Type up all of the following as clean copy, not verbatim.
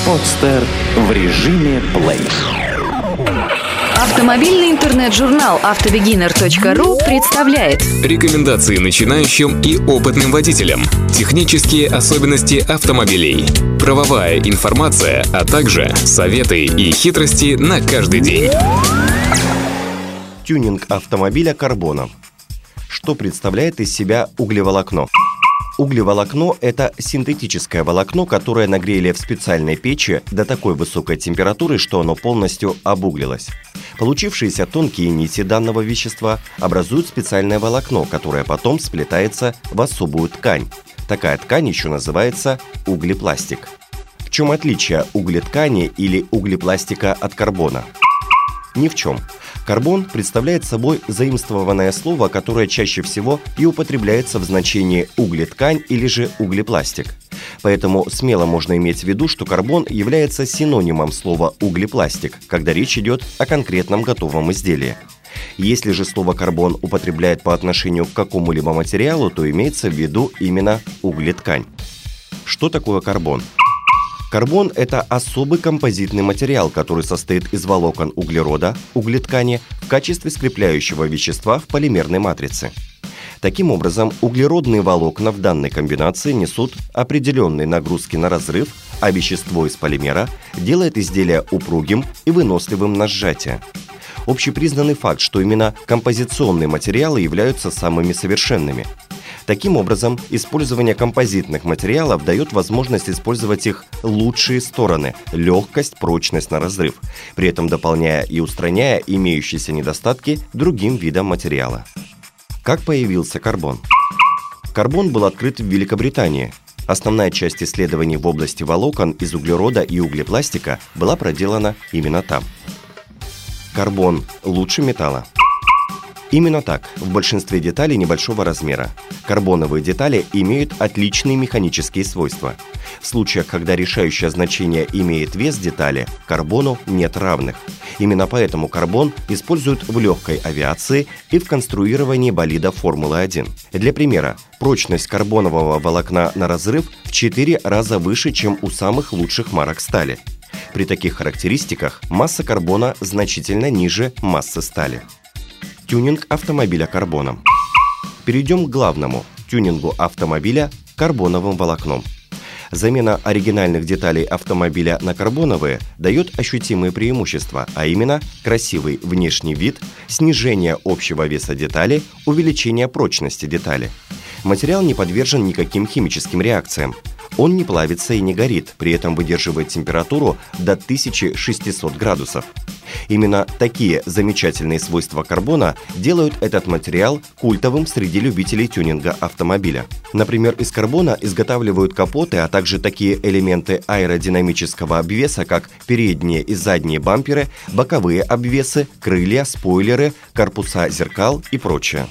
Подстер в режиме плей. Автомобильный интернет-журнал автобегинер.ру представляет рекомендации начинающим и опытным водителям, технические особенности автомобилей, правовая информация, а также советы и хитрости на каждый день. Тюнинг автомобиля карбоном. Что представляет из себя углеволокно? Углеволокно – это синтетическое волокно, которое нагрели в специальной печи до такой высокой температуры, что оно полностью обуглилось. Получившиеся тонкие нити данного вещества образуют специальное волокно, которое потом сплетается в особую ткань. Такая ткань еще называется углепластик. В чем отличие углеткани или углепластика от карбона? Ни в чем. Карбон представляет собой заимствованное слово, которое чаще всего и употребляется в значении углеткань или же углепластик. Поэтому смело можно иметь в виду, что карбон является синонимом слова углепластик, когда речь идет о конкретном готовом изделии. Если же слово карбон употребляет по отношению к какому-либо материалу, то имеется в виду именно углеткань. Что такое карбон? Карбон – это особый композитный материал, который состоит из волокон углерода, углеткани, в качестве скрепляющего вещества в полимерной матрице. Таким образом, углеродные волокна в данной комбинации несут определенные нагрузки на разрыв, а вещество из полимера делает изделие упругим и выносливым на сжатие. Общепризнанный факт, что именно композиционные материалы являются самыми совершенными. Таким образом, использование композитных материалов дает возможность использовать их лучшие стороны – легкость, прочность на разрыв, при этом дополняя и устраняя имеющиеся недостатки другим видам материала. Как появился карбон? Карбон был открыт в Великобритании. Основная часть исследований в области волокон из углерода и углепластика была проделана именно там. Карбон лучше металла. Именно так, в большинстве деталей небольшого размера. Карбоновые детали имеют отличные механические свойства. В случаях, когда решающее значение имеет вес детали, карбону нет равных. Именно поэтому карбон используют в легкой авиации и в конструировании болидов Формулы-1. Для примера, прочность карбонового волокна на разрыв в 4 раза выше, чем у самых лучших марок стали. При таких характеристиках масса карбона значительно ниже массы стали. Тюнинг автомобиля карбоном. Перейдем к главному – тюнингу автомобиля карбоновым волокном. Замена оригинальных деталей автомобиля на карбоновые дает ощутимые преимущества, а именно красивый внешний вид, снижение общего веса детали, увеличение прочности детали. Материал не подвержен никаким химическим реакциям. Он не плавится и не горит, при этом выдерживает температуру до 1600 градусов. Именно такие замечательные свойства карбона делают этот материал культовым среди любителей тюнинга автомобиля. Например, из карбона изготавливают капоты, а также такие элементы аэродинамического обвеса, как передние и задние бамперы, боковые обвесы, крылья, спойлеры, корпуса зеркал и прочее.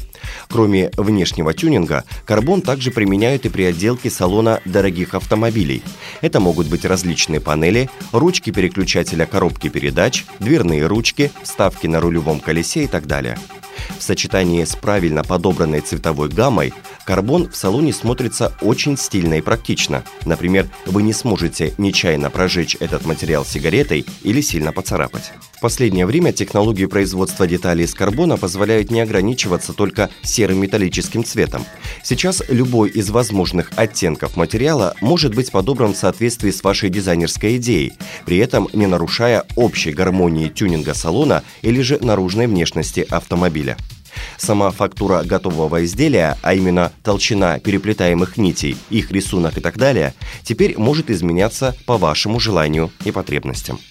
Кроме внешнего тюнинга, карбон также применяют и при отделке салона дорогих автомобилей. Это могут быть различные панели, ручки переключателя коробки передач, дверные ручки, вставки на рулевом колесе и так далее. В сочетании с правильно подобранной цветовой гаммой карбон в салоне смотрится очень стильно и практично. Например, вы не сможете нечаянно прожечь этот материал сигаретой или сильно поцарапать. В последнее время технологии производства деталей из карбона позволяют не ограничиваться только серым металлическим цветом. Сейчас любой из возможных оттенков материала может быть подобран в соответствии с вашей дизайнерской идеей, при этом не нарушая общей гармонии тюнинга салона или же наружной внешности автомобиля. Сама фактура готового изделия, а именно толщина переплетаемых нитей, их рисунок и так далее, теперь может изменяться по вашему желанию и потребностям.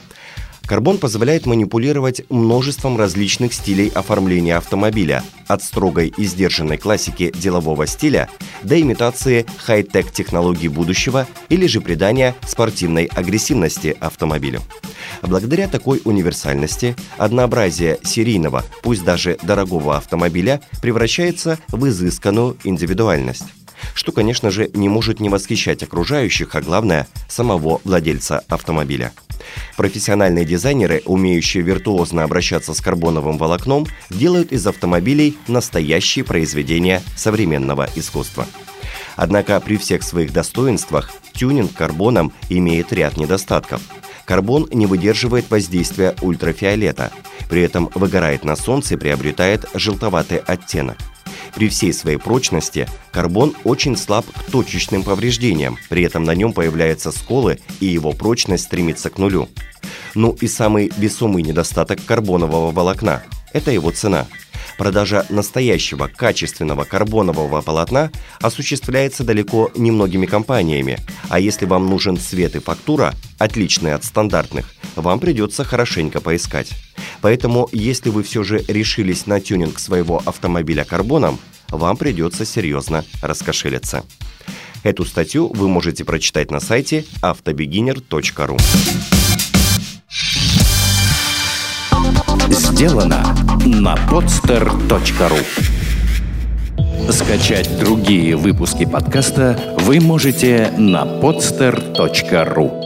Карбон позволяет манипулировать множеством различных стилей оформления автомобиля, от строгой и сдержанной классики делового стиля до имитации хай-тек технологий будущего или же придания спортивной агрессивности автомобилю. Благодаря такой универсальности однообразие серийного, пусть даже дорогого автомобиля превращается в изысканную индивидуальность, что, конечно же, не может не восхищать окружающих, а главное – самого владельца автомобиля. Профессиональные дизайнеры, умеющие виртуозно обращаться с карбоновым волокном, делают из автомобилей настоящие произведения современного искусства. Однако при всех своих достоинствах тюнинг карбоном имеет ряд недостатков. Карбон не выдерживает воздействия ультрафиолета, при этом выгорает на солнце и приобретает желтоватый оттенок. При всей своей прочности карбон очень слаб к точечным повреждениям, при этом на нем появляются сколы и его прочность стремится к нулю. Ну и самый весомый недостаток карбонового волокна – это его цена. Продажа настоящего качественного карбонового полотна осуществляется далеко не многими компаниями, а если вам нужен цвет и фактура, отличные от стандартных, вам придется хорошенько поискать. Поэтому, если вы все же решились на тюнинг своего автомобиля карбоном, вам придется серьезно раскошелиться. Эту статью вы можете прочитать на сайте автобегинер.ру. Сделано на podster.ru. Скачать другие выпуски подкаста вы можете на podster.ru.